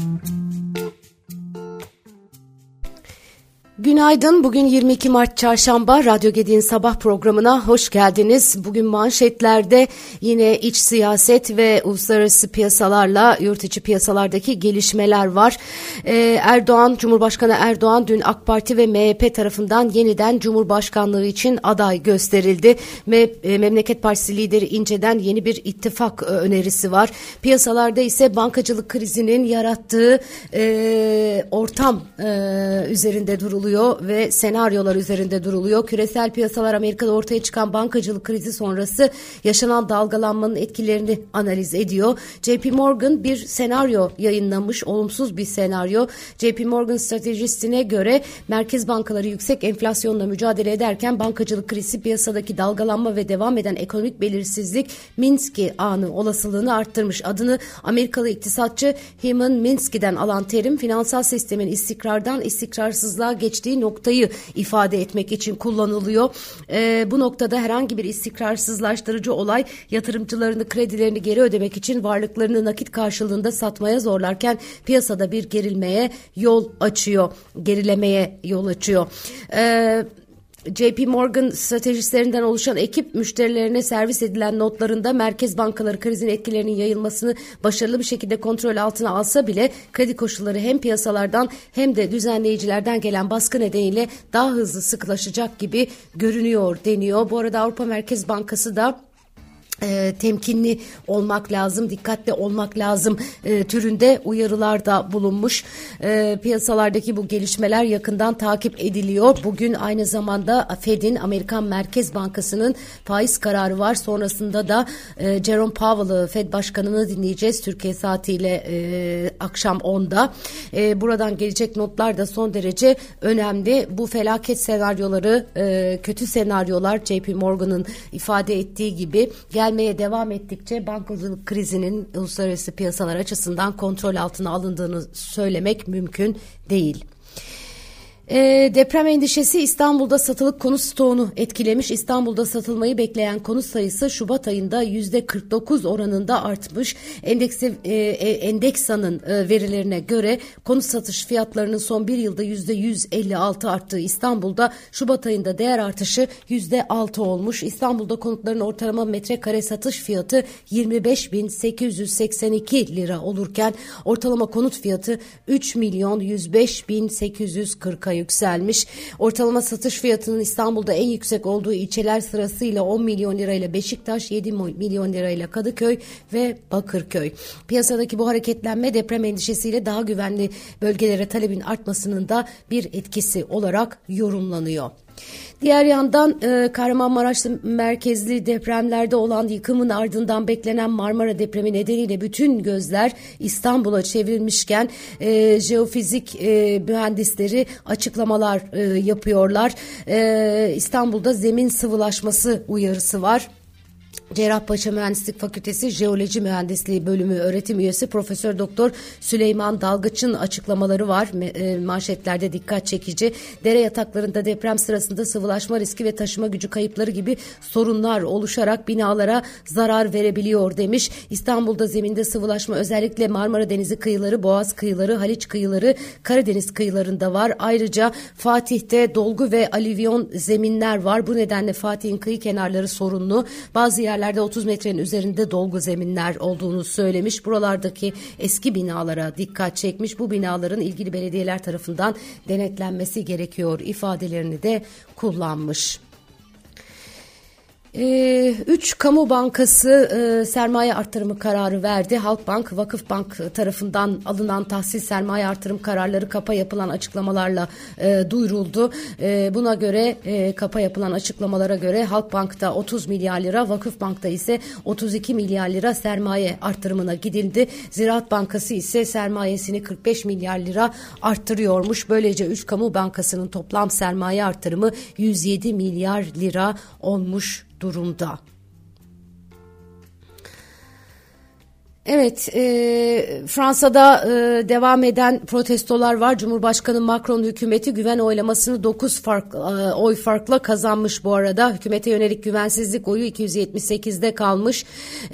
Günaydın. Bugün 22 Mart Çarşamba. Radyo Gedi'nin sabah programına hoş geldiniz. Bugün manşetlerde yine iç siyaset ve uluslararası piyasalarla yurt içi piyasalardaki gelişmeler var. Cumhurbaşkanı Erdoğan dün AK Parti ve MHP tarafından yeniden Cumhurbaşkanlığı için aday gösterildi. Memleket Partisi lideri İnce'den yeni bir ittifak önerisi var. Piyasalarda ise bankacılık krizinin yarattığı ortam üzerinde duruluyor ve senaryolar üzerinde duruluyor. Küresel piyasalar Amerika'da ortaya çıkan bankacılık krizi sonrası yaşanan dalgalanmanın etkilerini analiz ediyor. JP Morgan bir senaryo yayınlamış, olumsuz bir senaryo. JP Morgan stratejistine göre merkez bankaları yüksek enflasyonla mücadele ederken bankacılık krizi piyasadaki dalgalanma ve devam eden ekonomik belirsizlik Minsky anı olasılığını arttırmış. Adını Amerikalı iktisatçı Hyman Minsky'den alan terim finansal sistemin istikrardan istikrarsızlığa geçtiği noktayı ifade etmek için kullanılıyor. Bu noktada herhangi bir istikrarsızlaştırıcı olay yatırımcılarını kredilerini geri ödemek için varlıklarını nakit karşılığında satmaya zorlarken piyasada bir gerilemeye yol açıyor. JP Morgan stratejistlerinden oluşan ekip müşterilerine servis edilen notlarında merkez bankaları krizin etkilerinin yayılmasını başarılı bir şekilde kontrol altına alsa bile kredi koşulları hem piyasalardan hem de düzenleyicilerden gelen baskı nedeniyle daha hızlı sıkılaşacak gibi görünüyor deniyor. Bu arada Avrupa Merkez Bankası da temkinli olmak lazım, dikkatli olmak lazım türünde uyarılarda bulunmuş. Piyasalardaki bu gelişmeler yakından takip ediliyor. Bugün aynı zamanda Fed'in, Amerikan Merkez Bankası'nın faiz kararı var. Sonrasında da Jerome Powell'ı, Fed Başkanı'nı dinleyeceğiz Türkiye saatiyle akşam 10'da. Buradan gelecek notlar da son derece önemli. Bu felaket senaryoları, kötü senaryolar JP Morgan'ın ifade ettiği gibi gelmeye devam ettikçe bankacılık krizinin uluslararası piyasalar açısından kontrol altına alındığını söylemek mümkün değil. Deprem endişesi İstanbul'da satılık konut stoğunu etkilemiş. İstanbul'da satılmayı bekleyen konut sayısı Şubat ayında %49 oranında artmış. Endeksa'nın verilerine göre konut satış fiyatlarının son bir yılda %156 arttığı İstanbul'da Şubat ayında değer artışı %6 olmuş. İstanbul'da konutların ortalama metrekare satış fiyatı 25.882 lira olurken ortalama konut fiyatı 3.105.840'a yükselmiş. Ortalama satış fiyatının İstanbul'da en yüksek olduğu ilçeler sırasıyla 10 milyon lirayla Beşiktaş, 7 milyon lirayla Kadıköy ve Bakırköy. Piyasadaki bu hareketlenme deprem endişesiyle daha güvenli bölgelere talebin artmasının da bir etkisi olarak yorumlanıyor. Diğer yandan Kahramanmaraş merkezli depremlerde olan yıkımın ardından beklenen Marmara depremi nedeniyle bütün gözler İstanbul'a çevrilmişken jeofizik mühendisleri açıklamalar yapıyorlar. İstanbul'da zemin sıvılaşması uyarısı var. Cerrahpaşa Mühendislik Fakültesi Jeoloji Mühendisliği Bölümü öğretim üyesi Profesör Doktor Süleyman Dalgıç'ın açıklamaları var. Manşetlerde dikkat çekici. Dere yataklarında deprem sırasında sıvılaşma riski ve taşıma gücü kayıpları gibi sorunlar oluşarak binalara zarar verebiliyor demiş. İstanbul'da zeminde sıvılaşma özellikle Marmara Denizi kıyıları, Boğaz kıyıları, Haliç kıyıları, Karadeniz kıyılarında var. Ayrıca Fatih'te dolgu ve alüvyon zeminler var. Bu nedenle Fatih'in kıyı kenarları sorunlu. Bazı yerlerde 30 metrenin üzerinde dolgu zeminler olduğunu söylemiş. Buralardaki eski binalara dikkat çekmiş. Bu binaların ilgili belediyeler tarafından denetlenmesi gerekiyor ifadelerini de kullanmış. 3 kamu bankası sermaye artırımı kararı verdi. Halkbank, Vakıfbank tarafından alınan tahsis sermaye artırım kararları kapa yapılan açıklamalarla duyuruldu. Buna göre kapa yapılan açıklamalara göre Halkbank'ta 30 milyar lira, Vakıfbank'ta ise 32 milyar lira sermaye artırımına gidildi. Ziraat Bankası ise sermayesini 45 milyar lira arttırıyormuş. Böylece 3 kamu bankasının toplam sermaye artırımı 107 milyar lira olmuş durumda. Evet, Fransa'da devam eden protestolar var. Cumhurbaşkanı Macron hükümeti güven oylamasını 9 oy farkla kazanmış bu arada. Hükümete yönelik güvensizlik oyu 278'de kalmış.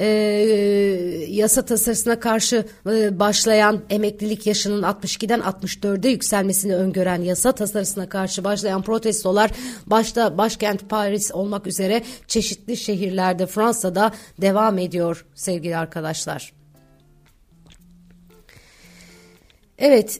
Yasa tasarısına karşı başlayan emeklilik yaşının 62'den 64'e yükselmesini öngören yasa tasarısına karşı başlayan protestolar başta başkent Paris olmak üzere çeşitli şehirlerde Fransa'da devam ediyor sevgili arkadaşlar. Evet,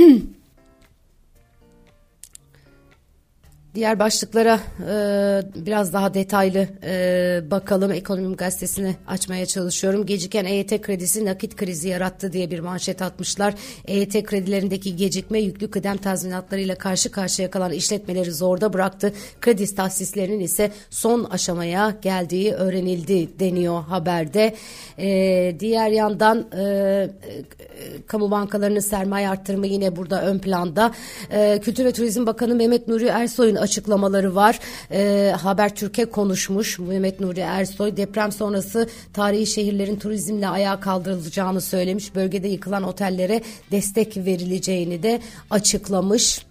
diğer başlıklara biraz daha detaylı bakalım. Ekonomim gazetesini açmaya çalışıyorum. Geciken EYT kredisi nakit krizi yarattı diye bir manşet atmışlar. EYT kredilerindeki gecikme yüklü kıdem tazminatlarıyla karşı karşıya kalan işletmeleri zorda bıraktı. Kredi tahsislerinin ise son aşamaya geldiği öğrenildi deniyor haberde. Diğer yandan kamu bankalarının sermaye arttırımı yine burada ön planda. Kültür ve Turizm Bakanı Mehmet Nuri Ersoy'un açıklamaları var. Habertürk'e konuşmuş Mehmet Nuri Ersoy. Deprem sonrası tarihi şehirlerin turizmle ayağa kaldırılacağını söylemiş. Bölgede yıkılan otellere destek verileceğini de açıklamış.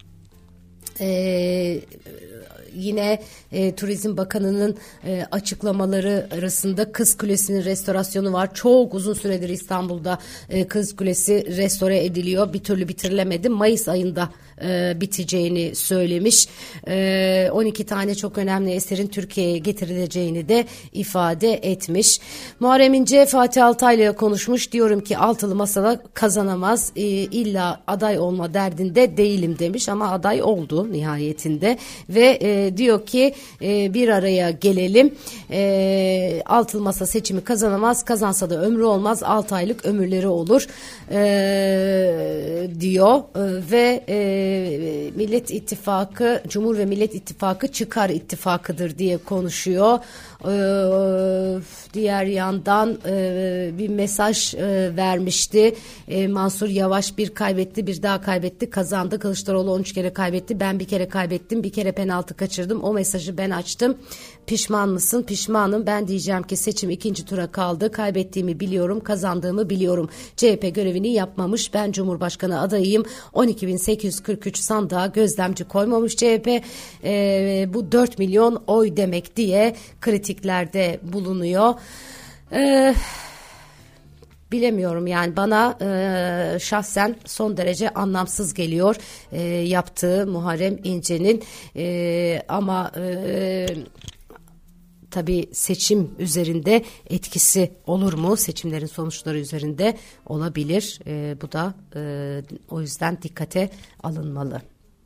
Yine Turizm Bakanı'nın açıklamaları arasında Kız Kulesi'nin restorasyonu var. Çok uzun süredir İstanbul'da Kız Kulesi restore ediliyor. Bir türlü bitirilemedi. Mayıs ayında biteceğini söylemiş. 12 tane çok önemli eserin Türkiye'ye getirileceğini de ifade etmiş. Muharrem İnce Fatih Altaylı'ya konuşmuş. Diyorum ki altılı masada kazanamaz. İlla aday olma derdinde değilim demiş ama aday oldu nihayetinde ve diyor ki bir araya gelelim. Altılı masa seçimi kazanamaz. Kazansa da ömrü olmaz. 6 aylık ömürleri olur diyor ve Millet İttifakı, Cumhur ve Millet İttifakı çıkar ittifakıdır diye konuşuyor. Diğer yandan bir mesaj vermişti. Mansur Yavaş bir kaybetti, bir daha kaybetti, kazandı. Kılıçdaroğlu 13 kere kaybetti. Ben bir kere kaybettim, bir kere penaltı kaçırdım. O mesajı ben açtım. Pişman mısın? Pişmanım. Ben diyeceğim ki seçim 2. tura kaldı. Kaybettiğimi biliyorum, kazandığımı biliyorum. CHP görevini yapmamış. Ben Cumhurbaşkanı adayıyım. 12.843 sandığa gözlemci koymamış CHP. Bu 4 milyon oy demek diye kritiklerde bulunuyor. Bilemiyorum yani bana şahsen son derece anlamsız geliyor yaptığı Muharrem İnce'nin ama tabii seçim üzerinde etkisi olur mu? Seçimlerin sonuçları üzerinde olabilir. Bu da o yüzden dikkate alınmalı.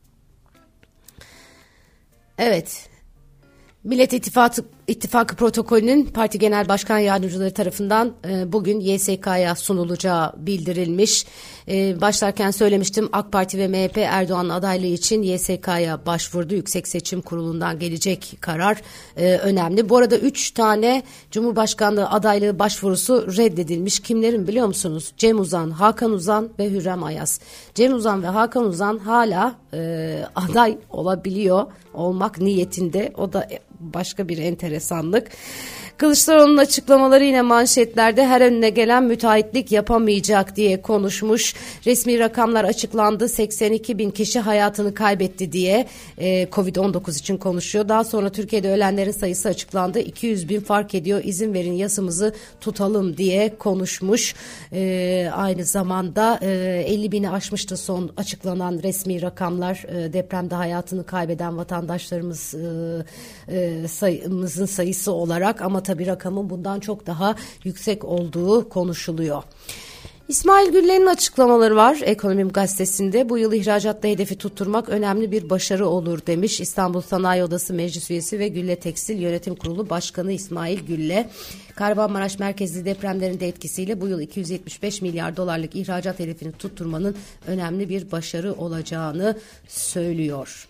Evet. Millet İttifakı protokolünün parti genel başkan yardımcıları tarafından bugün YSK'ya sunulacağı bildirilmiş. Başlarken söylemiştim, AK Parti ve MHP Erdoğan'ın adaylığı için YSK'ya başvurdu. Yüksek Seçim Kurulu'ndan gelecek karar önemli. Bu arada 3 tane Cumhurbaşkanlığı adaylığı başvurusu reddedilmiş. Kimlerin biliyor musunuz? Cem Uzan, Hakan Uzan ve Hürrem Ayaz. Cem Uzan ve Hakan Uzan hala aday olmak niyetinde. O da başka bir enteresanlık. Kılıçdaroğlu'nun açıklamaları yine manşetlerde, her önüne gelen müteahhitlik yapamayacak diye konuşmuş. Resmi rakamlar açıklandı. 82 bin kişi hayatını kaybetti diye Covid-19 için konuşuyor. Daha sonra Türkiye'de ölenlerin sayısı açıklandı. 200 bin fark ediyor. İzin verin yasamızı tutalım diye konuşmuş. Aynı zamanda 50 bini aşmıştı son açıklanan resmi rakamlar. Depremde hayatını kaybeden vatandaşlarımızın sayısı olarak, ama tabii rakamın bundan çok daha yüksek olduğu konuşuluyor. İsmail Güller'in açıklamaları var Ekonomim gazetesinde. Bu yıl ihracatta hedefi tutturmak önemli bir başarı olur demiş. İstanbul Sanayi Odası Meclis Üyesi ve Gülle Tekstil Yönetim Kurulu Başkanı İsmail Gülle, Kahramanmaraş merkezli depremlerin de etkisiyle bu yıl 275 milyar dolarlık ihracat hedefini tutturmanın önemli bir başarı olacağını söylüyor.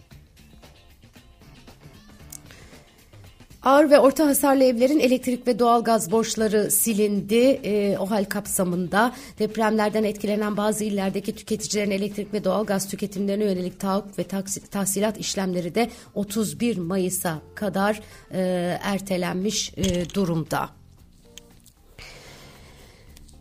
Ağır ve orta hasarlı evlerin elektrik ve doğalgaz borçları silindi. OHAL kapsamında depremlerden etkilenen bazı illerdeki tüketicilerin elektrik ve doğalgaz tüketimlerine yönelik taahhüt ve tahsilat işlemleri de 31 Mayıs'a kadar ertelenmiş durumda.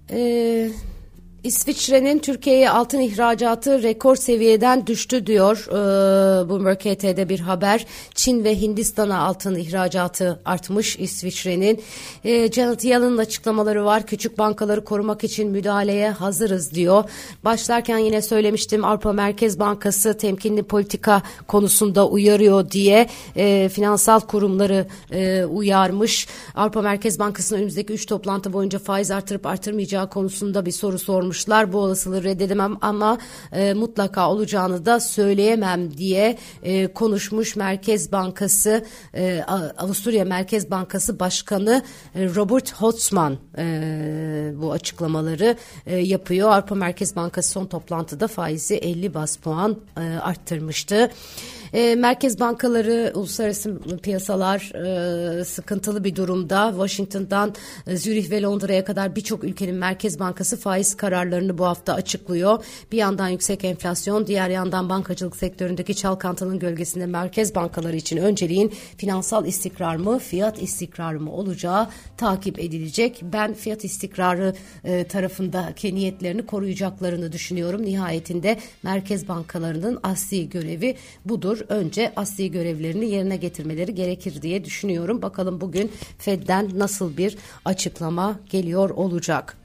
İsviçre'nin Türkiye'ye altın ihracatı rekor seviyeden düştü diyor Bloomberg HT'de bir haber. Çin ve Hindistan'a altın ihracatı artmış İsviçre'nin. Janet Yellen'ın açıklamaları var. Küçük bankaları korumak için müdahaleye hazırız diyor. Başlarken yine söylemiştim, Avrupa Merkez Bankası temkinli politika konusunda uyarıyor diye finansal kurumları uyarmış. Avrupa Merkez Bankası'nın önümüzdeki 3 toplantı boyunca faiz artırıp artırmayacağı konusunda bir soru sormuş. Bu olasılığı reddedemem ama mutlaka olacağını da söyleyemem diye konuşmuş Merkez Bankası, Avusturya Merkez Bankası Başkanı Robert Holzmann bu açıklamaları yapıyor. Avrupa Merkez Bankası son toplantıda faizi 50 baz puan arttırmıştı. Merkez bankaları, uluslararası piyasalar sıkıntılı bir durumda. Washington'dan Zürih ve Londra'ya kadar birçok ülkenin Merkez Bankası faiz kararlarını bu hafta açıklıyor. Bir yandan yüksek enflasyon, diğer yandan bankacılık sektöründeki çalkantının gölgesinde merkez bankaları için önceliğin finansal istikrar mı, fiyat istikrarı mı olacağı takip edilecek. Ben fiyat istikrarı tarafındaki niyetlerini koruyacaklarını düşünüyorum. Nihayetinde merkez bankalarının asli görevi budur. Önce asli görevlerini yerine getirmeleri gerekir diye düşünüyorum. Bakalım bugün Fed'den nasıl bir açıklama geliyor olacak.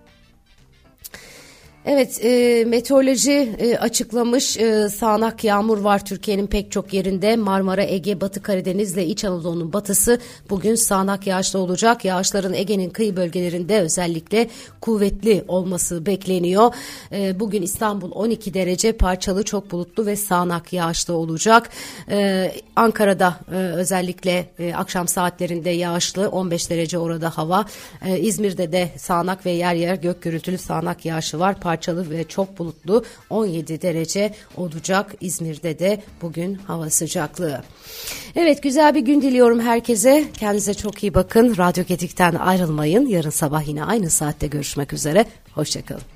Evet, meteoroloji açıklamış, sağanak yağmur var Türkiye'nin pek çok yerinde. Marmara, Ege, Batı Karadeniz ile İç Anadolu'nun batısı bugün sağanak yağışlı olacak. Yağışların Ege'nin kıyı bölgelerinde özellikle kuvvetli olması bekleniyor. Bugün İstanbul 12 derece, parçalı, çok bulutlu ve sağanak yağışlı olacak. Ankara'da özellikle akşam saatlerinde yağışlı, 15 derece orada hava. İzmir'de de sağanak ve yer yer gök gürültülü sağanak yağışı var. Parçalı ve çok bulutlu, 17 derece olacak İzmir'de de bugün hava sıcaklığı. Evet, güzel bir gün diliyorum herkese. Kendinize çok iyi bakın. Radyo Gedik'ten ayrılmayın. Yarın sabah yine aynı saatte görüşmek üzere. Hoşçakalın.